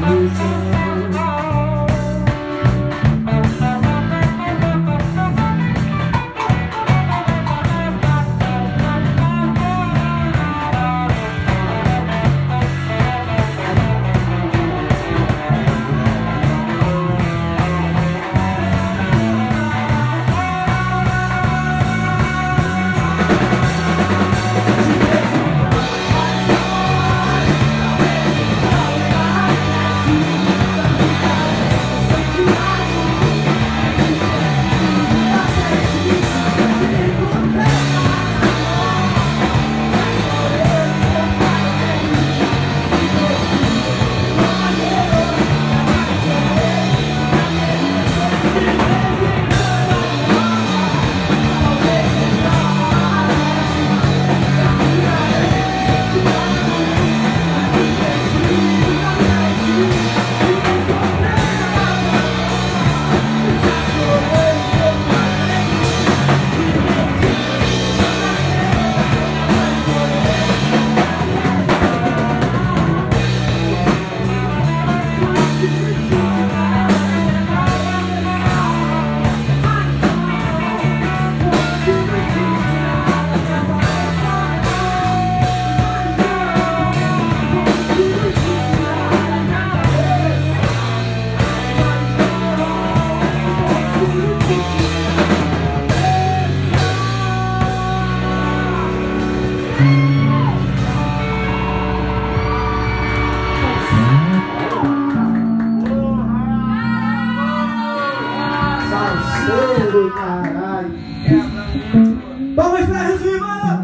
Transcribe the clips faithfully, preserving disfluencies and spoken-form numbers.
Salseiro, caralho. Vamos pra Resumida!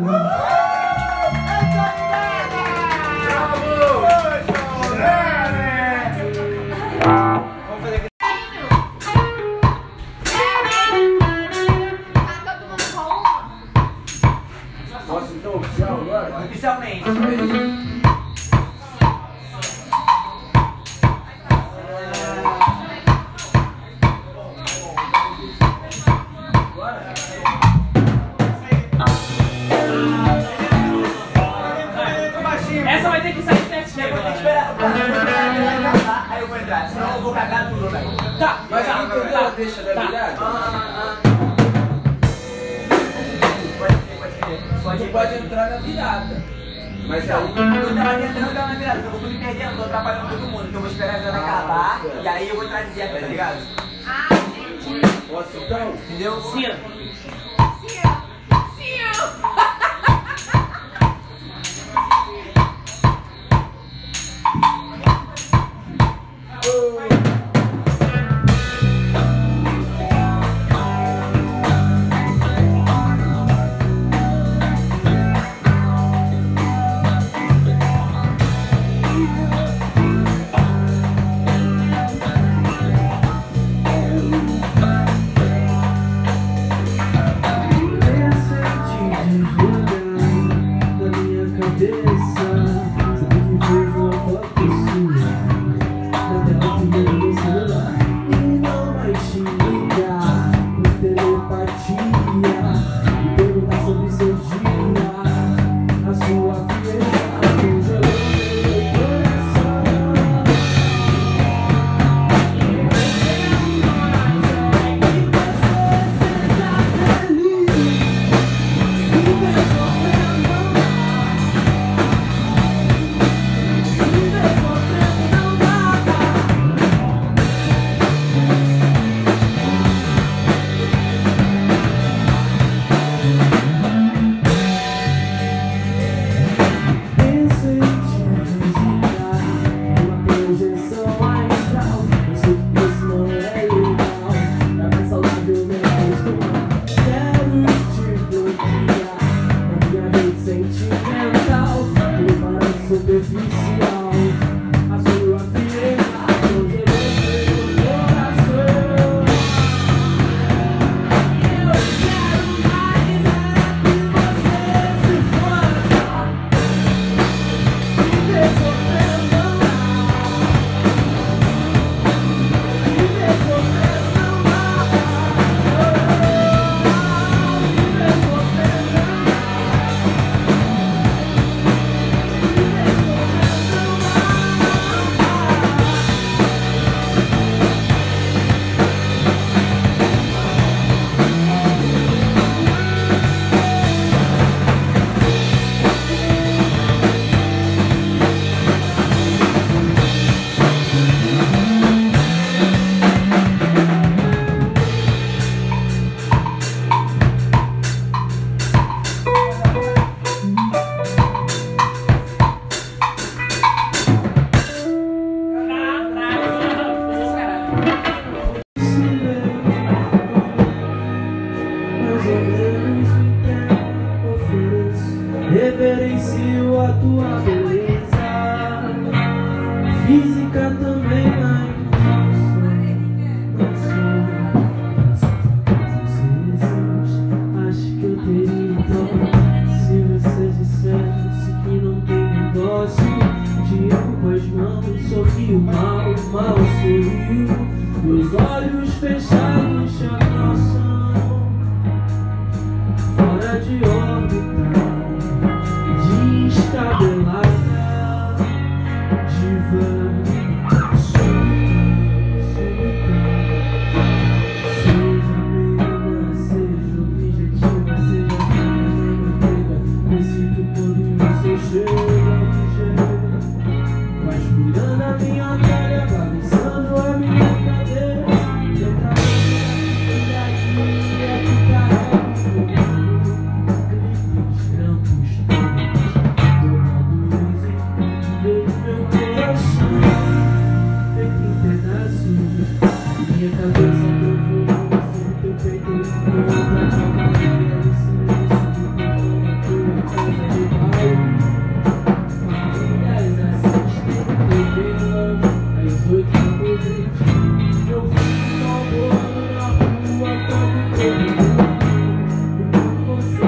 Posso então oficial agora? Oficialmente. Essa vai ter que sair certinho. Eu vou ter que esperar o acabar, aí eu vou entrar, senão eu vou cagar tudo, velho. Tá, Mas tá, a entendeu tá, a deixa da tá. virada? Ah, ah. Pode ir, pode ir. Pode Você ir, pode entrar na virada. Mas Então, aí... eu tava tentando dar uma virada, eu vou me perdendo, tô atrapalhando todo mundo, então eu vou esperar a virada acabar, e aí eu vou trazer, tá ligado? Ah, entendi. Posso então? Entendeu? Sim. Sim, sim. meus olhos fechados te abraçam, fora de órbita, descabelada, diva, solta, seja meia, seja objetiva, seja manteiga, recito todo o seu cheiro. Vasculhando a minha cara, bagunçando a minha cabeça. Eu trabalho aqui, aqui carrego gripes, trampos, tomando isso, vejo meu coração feito em pedaços. Minha cabeça, meu fogo, teu peito, meu outra calma, e é o silêncio do mundo, a tua casa de bairro. Às oito da noite, eu fui ao bolo na rua, todo mundo. E você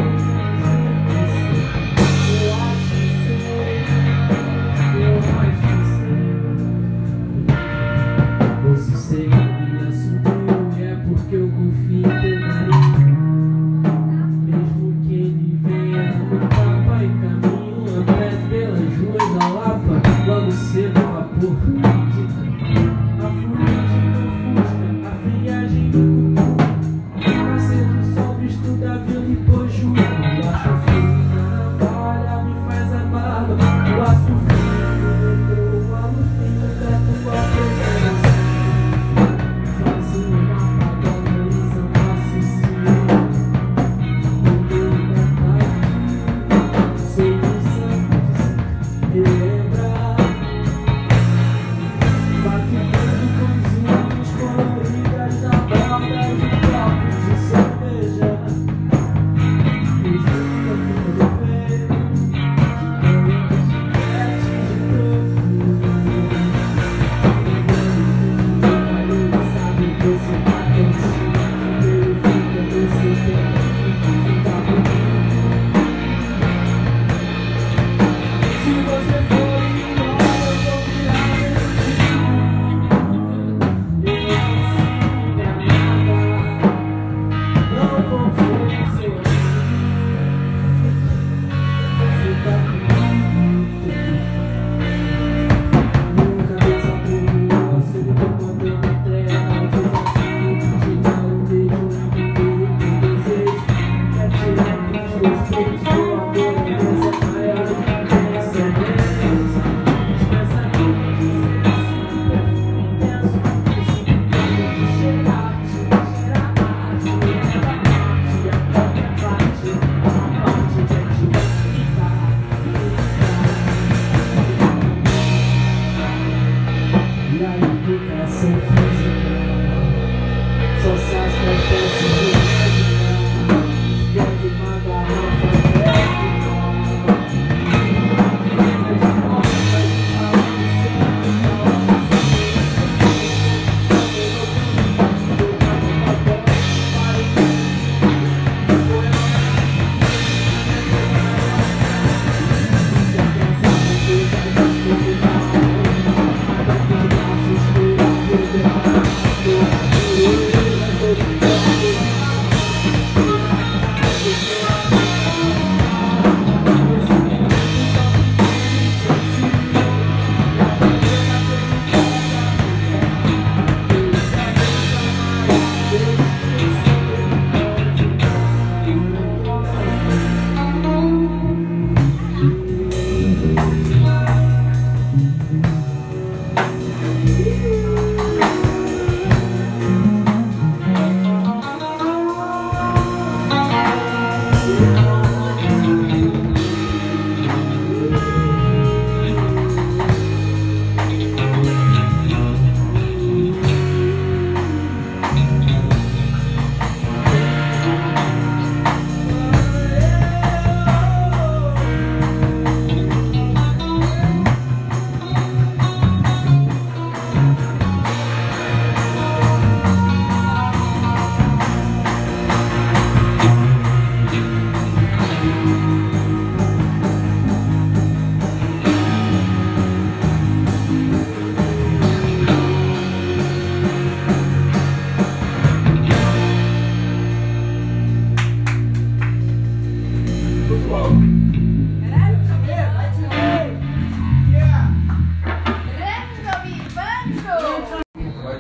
eu acho que sei, eu acho que sei. Você sei me assumiu, e é porque eu confio em teu carinho. Mesmo que ele venha no tapa e caminho, a pé pelas ruas da Lapa, logo cedo vapor.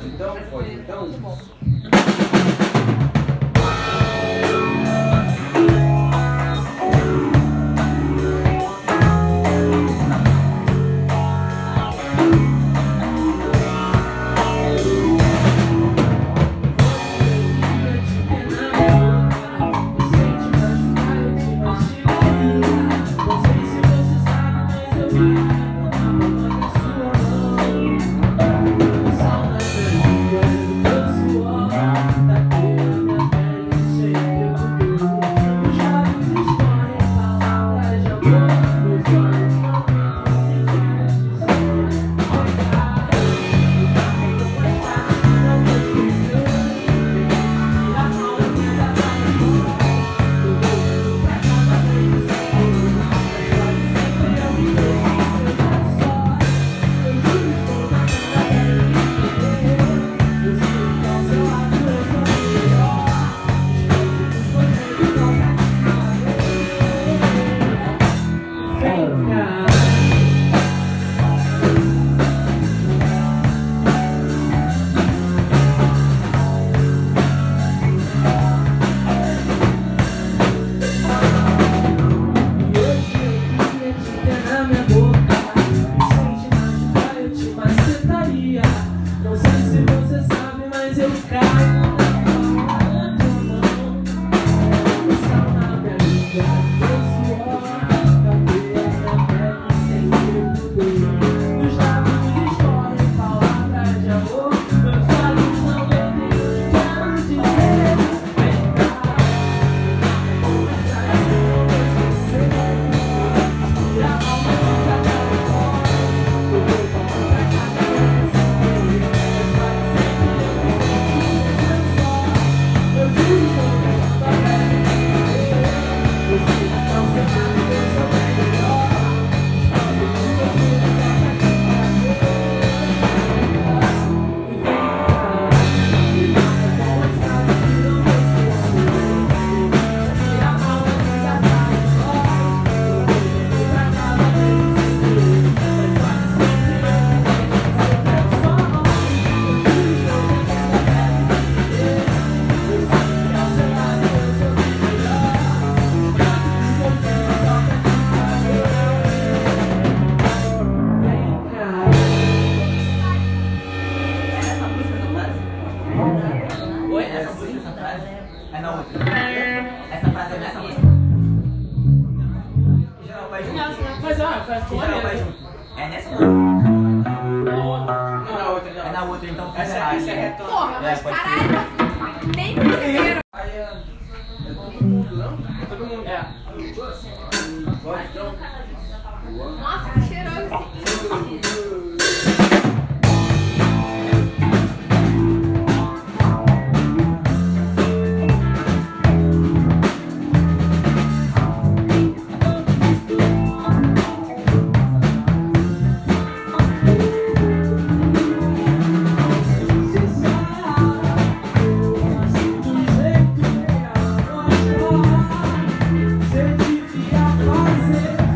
Pode então? Pode então? É na outra. Essa frase é nessa música. Geral vai junto. Mas ó, faz com Geral vai a junto. É nessa música. Não, na outra não. É na outra, então. Essa é essa é retorno. Porra, mas É, pode caralho, nem perceberam. Aí é. É todo mundo, não? todo mundo. É. Pode então? Nossa, que cheiroso esse. Você devia fazer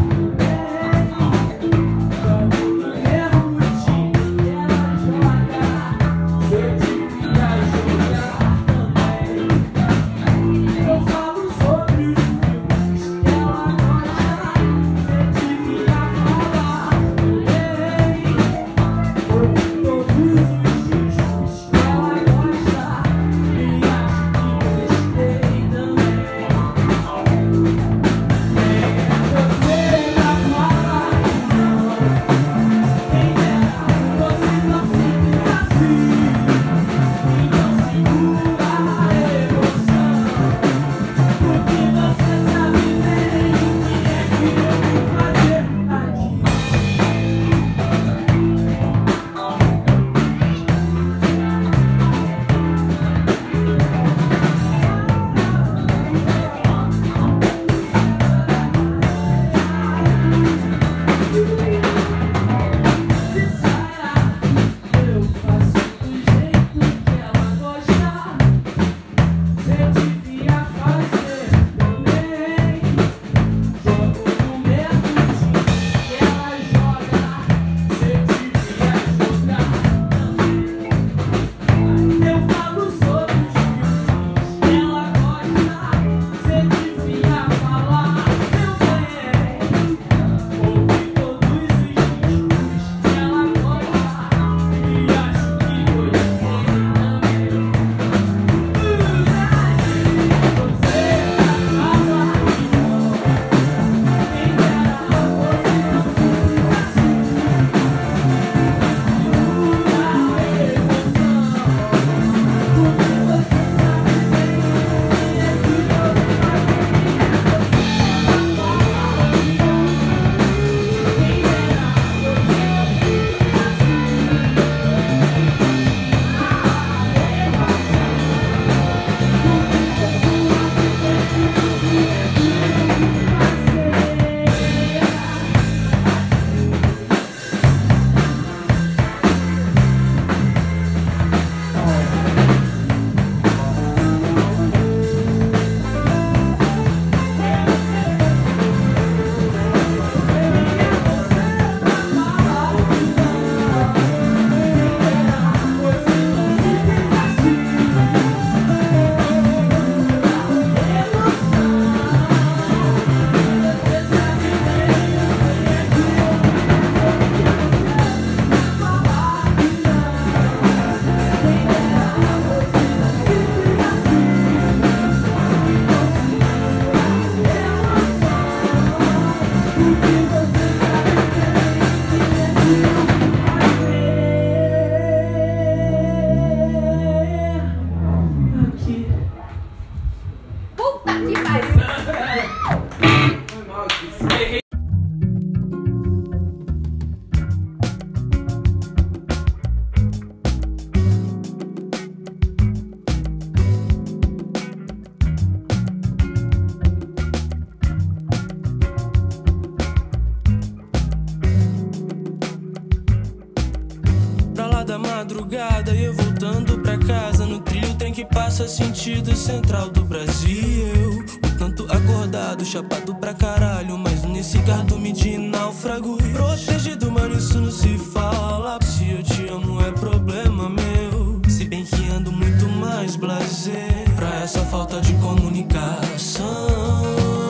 madrugada e eu voltando pra casa. No trilho trem que passa sentido central do Brasil. Um tanto acordado, chapado pra caralho, mas nesse cardo me de náufrago. Protegido, mano, isso não se fala. Se eu te amo é problema meu. Se bem que ando muito mais blasé pra essa falta de comunicação.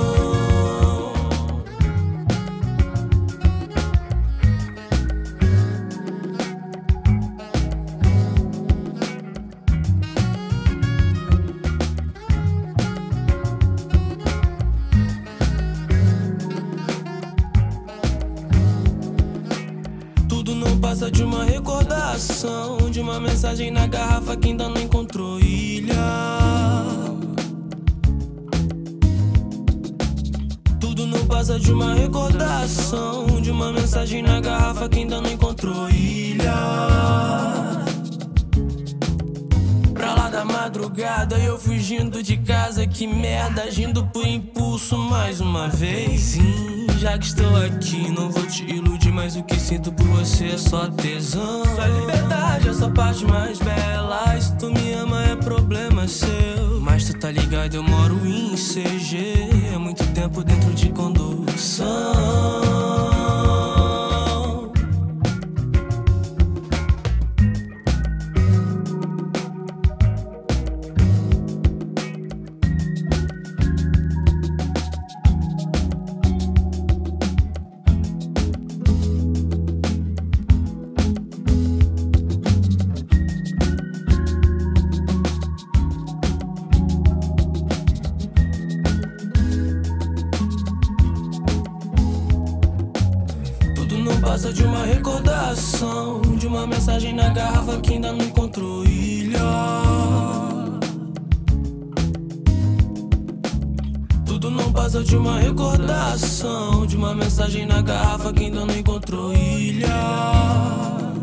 Passa de uma recordação, de uma mensagem na garrafa que ainda não encontrou ilha. Tudo não passa de uma recordação, de uma mensagem na garrafa que ainda não encontrou ilha. Pra lá da madrugada eu fugindo de casa, que merda, agindo por impulso mais uma vez. Sim, já que estou aqui, não vou te iludir, mas o que sinto por você é só tesão. Sua liberdade é a sua parte mais bela. Se tu me ama é problema seu, mas tu tá ligado, eu moro em C G. É muito tempo dentro de condução. Passa de uma recordação, de uma mensagem na garrafa que ainda não encontrou ilha. Tudo não passa de uma recordação, de uma mensagem na garrafa que ainda não encontrou ilha.